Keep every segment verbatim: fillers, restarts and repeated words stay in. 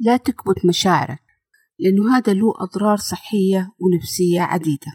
لا تكبت مشاعرك، لأنه هذا له أضرار صحية ونفسية عديدة.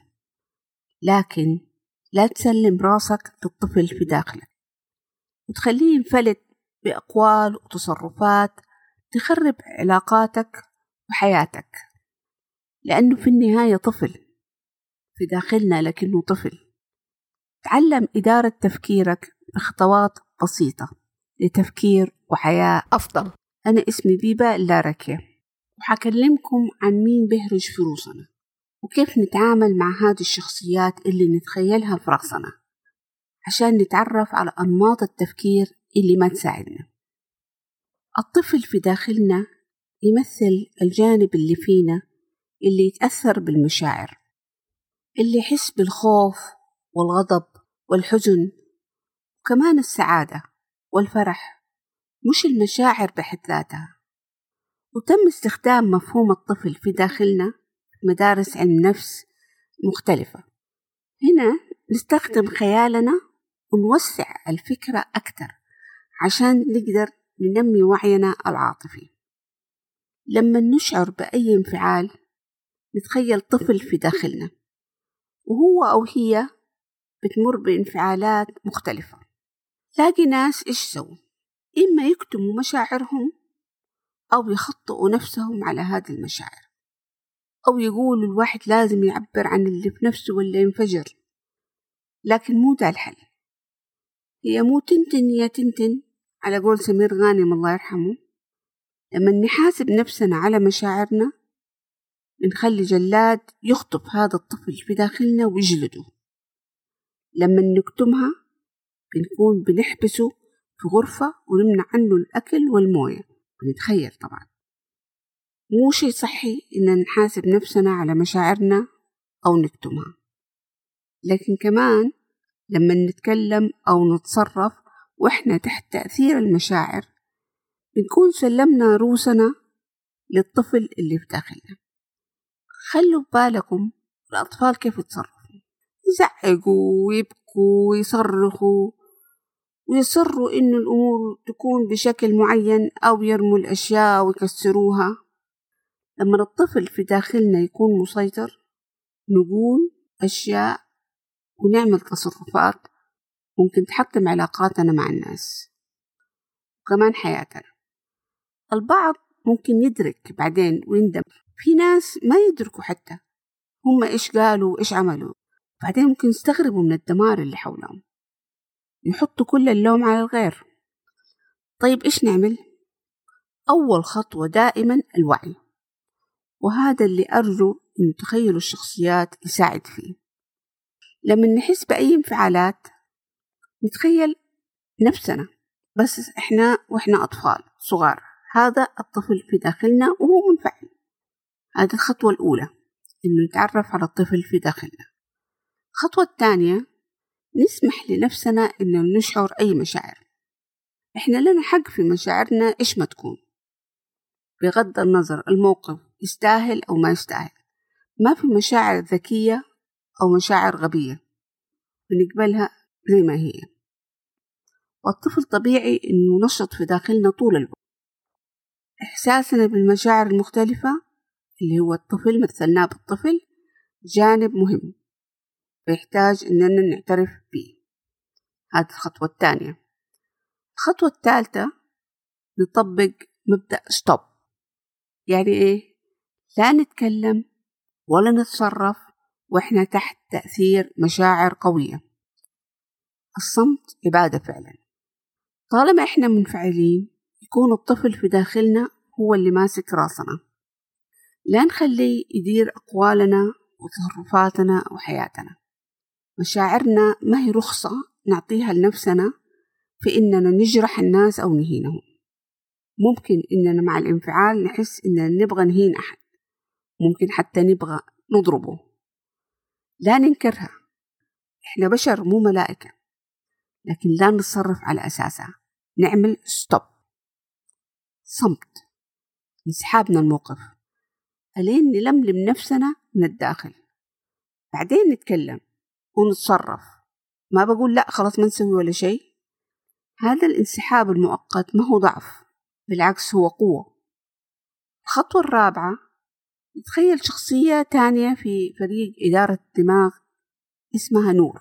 لكن لا تسلم راسك للطفل في داخلك وتخليه ينفلت بأقوال وتصرفات تخرب علاقاتك وحياتك، لأنه في النهاية طفل في داخلنا، لكنه طفل. تعلم إدارة تفكيرك بخطوات بسيطة لتفكير وحياة أفضل. أنا اسمي بيبا اللاركية، وحكلمكم عن مين بيهرج في روسنا وكيف نتعامل مع هذه الشخصيات اللي نتخيلها في رأسنا عشان نتعرف على أنماط التفكير اللي ما تساعدنا. الطفل في داخلنا يمثل الجانب اللي فينا اللي يتأثر بالمشاعر، اللي يحس بالخوف والغضب والحزن وكمان السعادة والفرح، مش المشاعر بحد ذاتها. وتم استخدام مفهوم الطفل في داخلنا في مدارس علم نفس مختلفة. هنا نستخدم خيالنا ونوسع الفكرة أكثر عشان نقدر ننمي وعينا العاطفي. لما نشعر بأي انفعال نتخيل طفل في داخلنا وهو أو هي بتمر بانفعالات مختلفة. لاقي ناس إيش سووا؟ إما يكتموا مشاعرهم أو يخطئوا نفسهم على هذه المشاعر، أو يقولوا الواحد لازم يعبر عن اللي في نفسه ولا ينفجر. لكن مو ده الحل. هي مو تنتن يا تنتن على قول سمير غانم الله يرحمه. لما نحاسب نفسنا على مشاعرنا بنخلي جلاد يخطف هذا الطفل في داخلنا ويجلده. لما نكتمها بنكون بنحبسه في غرفة ونمنع عنه الأكل والموية. بنتخيل طبعا مو شيء صحي إن نحاسب نفسنا على مشاعرنا أو نكتمها. لكن كمان لما نتكلم أو نتصرف وإحنا تحت تأثير المشاعر بنكون سلمنا روسنا للطفل اللي في داخلنا. خلوا بالكم الأطفال كيف يتصرفوا، يزعقوا ويبكوا ويصرخوا ويصروا إنه الأمور تكون بشكل معين أو يرموا الأشياء ويكسروها. لما الطفل في داخلنا يكون مسيطر نقول أشياء ونعمل تصرفات ممكن تحطم علاقاتنا مع الناس وكمان حياتنا. البعض ممكن يدرك بعدين ويندم، في ناس ما يدركوا حتى هم إيش قالوا وإيش عملوا، بعدين ممكن يستغربوا من الدمار اللي حولهم، يحطوا كل اللوم على الغير. طيب إيش نعمل؟ أول خطوة دائما الوعي، وهذا اللي أرجو إن تخيلوا الشخصيات يساعد فيه. لما نحس بأي انفعالات نتخيل نفسنا بس إحنا وإحنا أطفال صغار، هذا الطفل في داخلنا وهو منفعل. هذه الخطوة الأولى، إنه نتعرف على الطفل في داخلنا. الخطوة الثانية نسمح لنفسنا إنه نشعر أي مشاعر. إحنا لنا حق في مشاعرنا إيش ما تكون، بغض النظر الموقف يستاهل أو ما يستاهل. ما في مشاعر ذكية أو مشاعر غبية، بنقبلها زي ما هي. والطفل طبيعي إنه نشط في داخلنا طول الوقت. إحساسنا بالمشاعر المختلفة اللي هو الطفل مثلناه بالطفل جانب مهم بيحتاج إننا نعترف به. هذه الخطوة الثانية. الخطوة الثالثة نطبق مبدأ ستوب. يعني إيه؟ لا نتكلم ولا نتصرف وإحنا تحت تأثير مشاعر قوية. الصمت عبادة فعلا. طالما إحنا منفعلين يكون الطفل في داخلنا هو اللي ماسك راسنا. لا نخليه يدير أقوالنا وتصرفاتنا وحياتنا. مشاعرنا ما هي رخصة نعطيها لنفسنا في إننا نجرح الناس أو نهينهم. ممكن إننا مع الانفعال نحس إننا نبغى نهين أحد، ممكن حتى نبغى نضربه. لا ننكرها، إحنا بشر مو ملائكة، لكن لا نتصرف على أساسها. نعمل ستوب، صمت، نسحابنا الموقف ألين نلملم نفسنا من الداخل. بعدين نتكلم ونتصرف. ما بقول لا خلاص ما نسوي ولا شيء. هذا الانسحاب المؤقت ما هو ضعف، بالعكس هو قوة. الخطوة الرابعة، تخيل شخصية تانية في فريق إدارة الدماغ اسمها نور.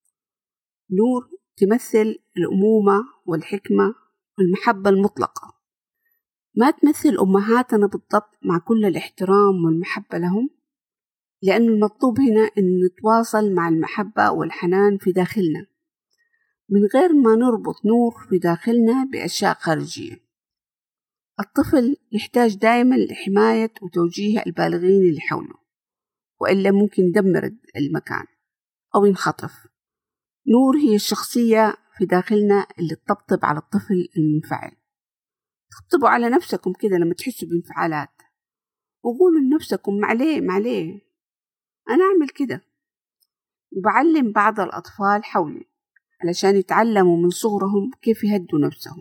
نور تمثل الأمومة والحكمة والمحبة المطلقة. ما تمثل أمهاتنا بالضبط مع كل الاحترام والمحبة لهم، لأن المطلوب هنا أن نتواصل مع المحبة والحنان في داخلنا من غير ما نربط نور في داخلنا بأشياء خارجية. الطفل يحتاج دائما لحماية وتوجيه البالغين اللي حوله، وإلا ممكن يدمر المكان أو ينخطف. نور هي الشخصية في داخلنا اللي تطبطب على الطفل المنفعل. تطبطبوا على نفسكم كده لما تحسوا بانفعالات، وقولوا لنفسكم معليه معليه أنا أعمل كده. وبعلم بعض الأطفال حولي علشان يتعلموا من صغرهم كيف يهدوا نفسهم.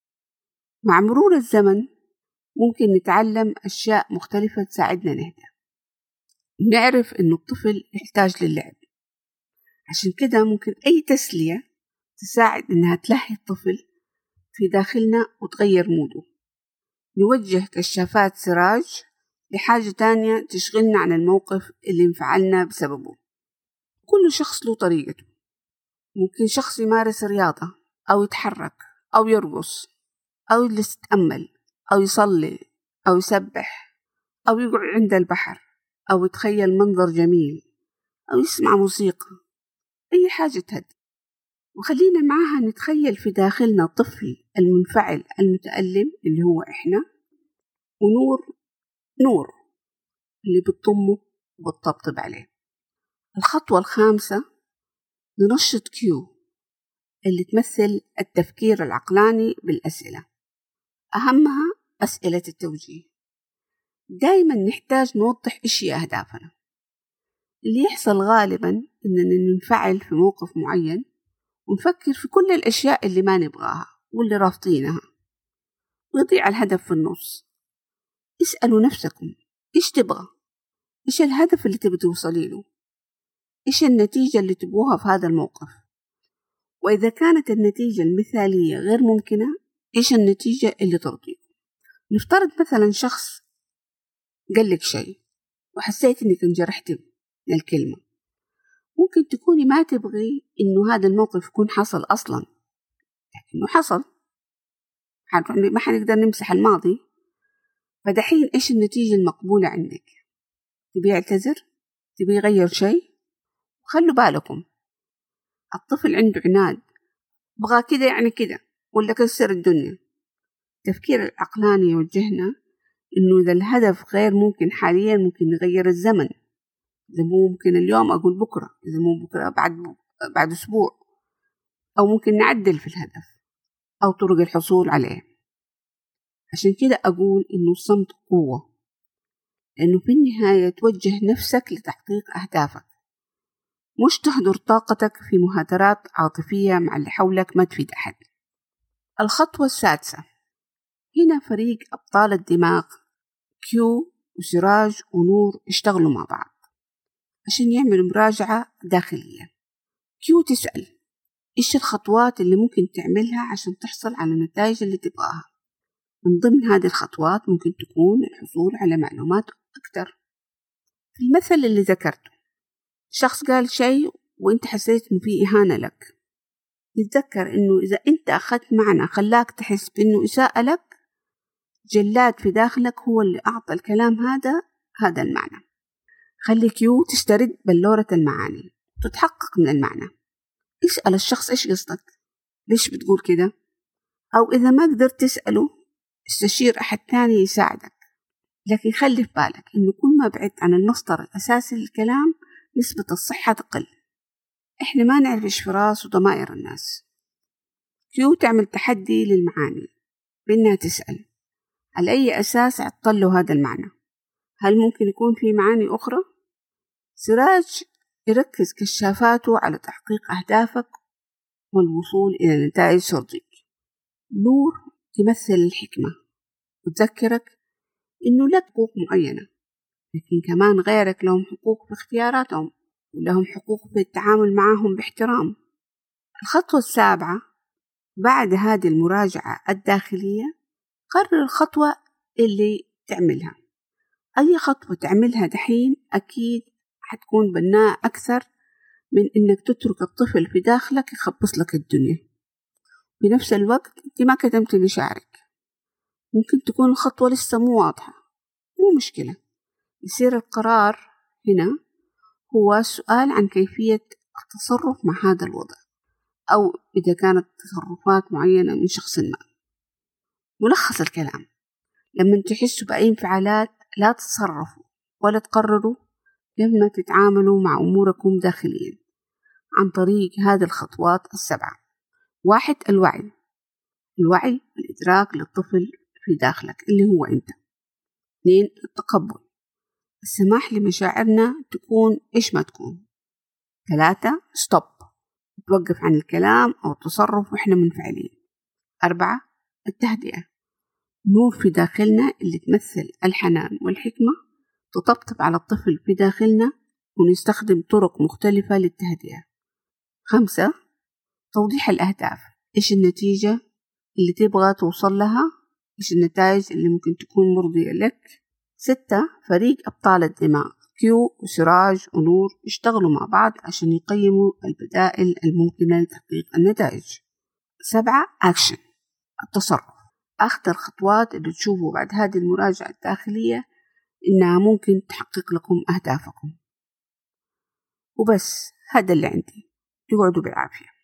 مع مرور الزمن ممكن نتعلم أشياء مختلفة تساعدنا نهدى. نعرف إنه الطفل يحتاج للعب، عشان كده ممكن أي تسلية تساعد إنها تلهي الطفل في داخلنا وتغير موده. نوجه كشافات سراج لحاجة تانية تشغلنا عن الموقف اللي انفعلنا بسببه. كل شخص له طريقته. ممكن شخص يمارس رياضة أو يتحرك أو يرقص أو يجلس يتأمل أو يصلي أو يسبح أو يقعد عند البحر أو يتخيل منظر جميل أو يسمع موسيقى، أي حاجة تهدي. وخلينا معها نتخيل في داخلنا الطفل المنفعل المتألم اللي هو إحنا، ونور نور اللي بتضمه وبتطبطب عليه. الخطوة الخامسة، ننشط كيو اللي تمثل التفكير العقلاني بالأسئلة، أهمها أسئلة التوجيه. دايما نحتاج نوضح إيش هي أهدافنا. اللي يحصل غالبا إننا ننفعل في موقف معين ونفكر في كل الأشياء اللي ما نبغاها واللي رافضينها، ويضيع الهدف في النص. اسألوا نفسكم إيش تبغى؟ إيش الهدف اللي تبغى توصلي له؟ إيش النتيجة اللي تبغوها في هذا الموقف؟ وإذا كانت النتيجة المثالية غير ممكنة، إيش النتيجة اللي ترضيكم؟ نفترض مثلا شخص قال لك شيء وحسيت إنك انجرحتي من الكلمة. ممكن تكوني ما تبغي إنه هذا الموقف يكون حصل أصلا، لكنه حصل، ما حنقدر نمسح الماضي. فدحين إيش النتيجة المقبولة عندك؟ تبي يعتذر؟ تبي يغير شيء؟ خلوا بالكم، الطفل عنده عناد، بغى كده يعني كده ولا كسر الدنيا. التفكير العقلاني يوجهنا إنه إذا الهدف غير ممكن حاليا ممكن نغير الزمن. إذا مو ممكن اليوم أقول بكرة، إذا مو بكرة بعد بعد أسبوع، أو ممكن نعدل في الهدف أو طرق الحصول عليه. عشان كده أقول إنه الصمت قوة، لأنه في النهاية توجه نفسك لتحقيق أهدافك، مش تهدر طاقتك في مهاترات عاطفية مع اللي حولك ما تفيد أحد. الخطوة السادسة، هنا فريق أبطال الدماغ كيو وسراج ونور يشتغلوا مع بعض عشان يعملوا مراجعة داخلية. كيو تسأل إيش الخطوات اللي ممكن تعملها عشان تحصل على النتائج اللي تبغاها. من ضمن هذه الخطوات ممكن تكون الحصول على معلومات أكتر. في المثل اللي ذكرته، شخص قال شيء وإنت حسيت إنه فيه إهانة لك، تتذكر إنه إذا أنت أخذت معنى خلاك تحس بإنه إساءة لك، جلاد في داخلك هو اللي أعطى الكلام هذا هذا المعنى. خلي كيو تسترد بلورة المعاني، تتحقق من المعنى. اسأل الشخص إيش قصدك؟ ليش بتقول كده؟ أو إذا ما قدرت تسأله، استشير أحد تاني يساعدك. لكن خلي في بالك إنه كل ما بعدت عن المصدر الأساسي للكلام نسبة الصحة تقل. إحنا ما نعرف إيش في راس وضمائر الناس. كيو تعمل تحدي للمعاني بإنها تسأل على أي أساس اعطلوا هذا المعنى؟ هل ممكن يكون في معاني أخرى؟ سراج يركز كشافاته على تحقيق أهدافك والوصول إلى نتائج ترضيك. نور تمثل الحكمة وتذكرك إنه لك حقوق معينة، لكن كمان غيرك لهم حقوق في اختياراتهم ولهم حقوق في التعامل معهم باحترام. الخطوة السابعة، بعد هذه المراجعة الداخلية قرر الخطوة اللي تعملها. أي خطوة تعملها دحين أكيد حتكون بناء أكثر من إنك تترك الطفل في داخلك يخبص لك الدنيا. بنفس الوقت أنت ما كتمت مشاعرك، ممكن تكون الخطوة لسه مو واضحة، مو مشكلة. يصير القرار هنا هو السؤال عن كيفية التصرف مع هذا الوضع، أو إذا كانت تصرفات معينة من شخص ما. ملخص الكلام: لما تحسوا بأي انفعالات لا تتصرفوا ولا تقرروا لما تتعاملوا مع أموركم داخليا عن طريق هذه الخطوات السبعة. واحد، الوعي. الوعي والإدراك للطفل في داخلك اللي هو أنت. اثنين، التقبل، السماح لمشاعرنا تكون إيش ما تكون. ثلاثة، ستوب، توقف عن الكلام أو التصرف وإحنا منفعلين. أربعة، التهدئة، نور في داخلنا اللي تمثل الحنان والحكمة تطبطب على الطفل في داخلنا، ونستخدم طرق مختلفة للتهدئة. خمسة، توضيح الأهداف، إيش النتيجة اللي تبغى توصل لها، إيش النتائج اللي ممكن تكون مرضية لك. ستة، فريق أبطال الدماغ، كيو وسراج ونور يشتغلوا مع بعض عشان يقيموا البدائل الممكنة لتحقيق النتائج. سبعة، أكشن، التصرف، أخطر خطوات اللي تشوفوا بعد هذه المراجعة الداخلية إنها ممكن تحقق لكم أهدافكم. وبس، هذا اللي عندي. تقعدوا بالعافية.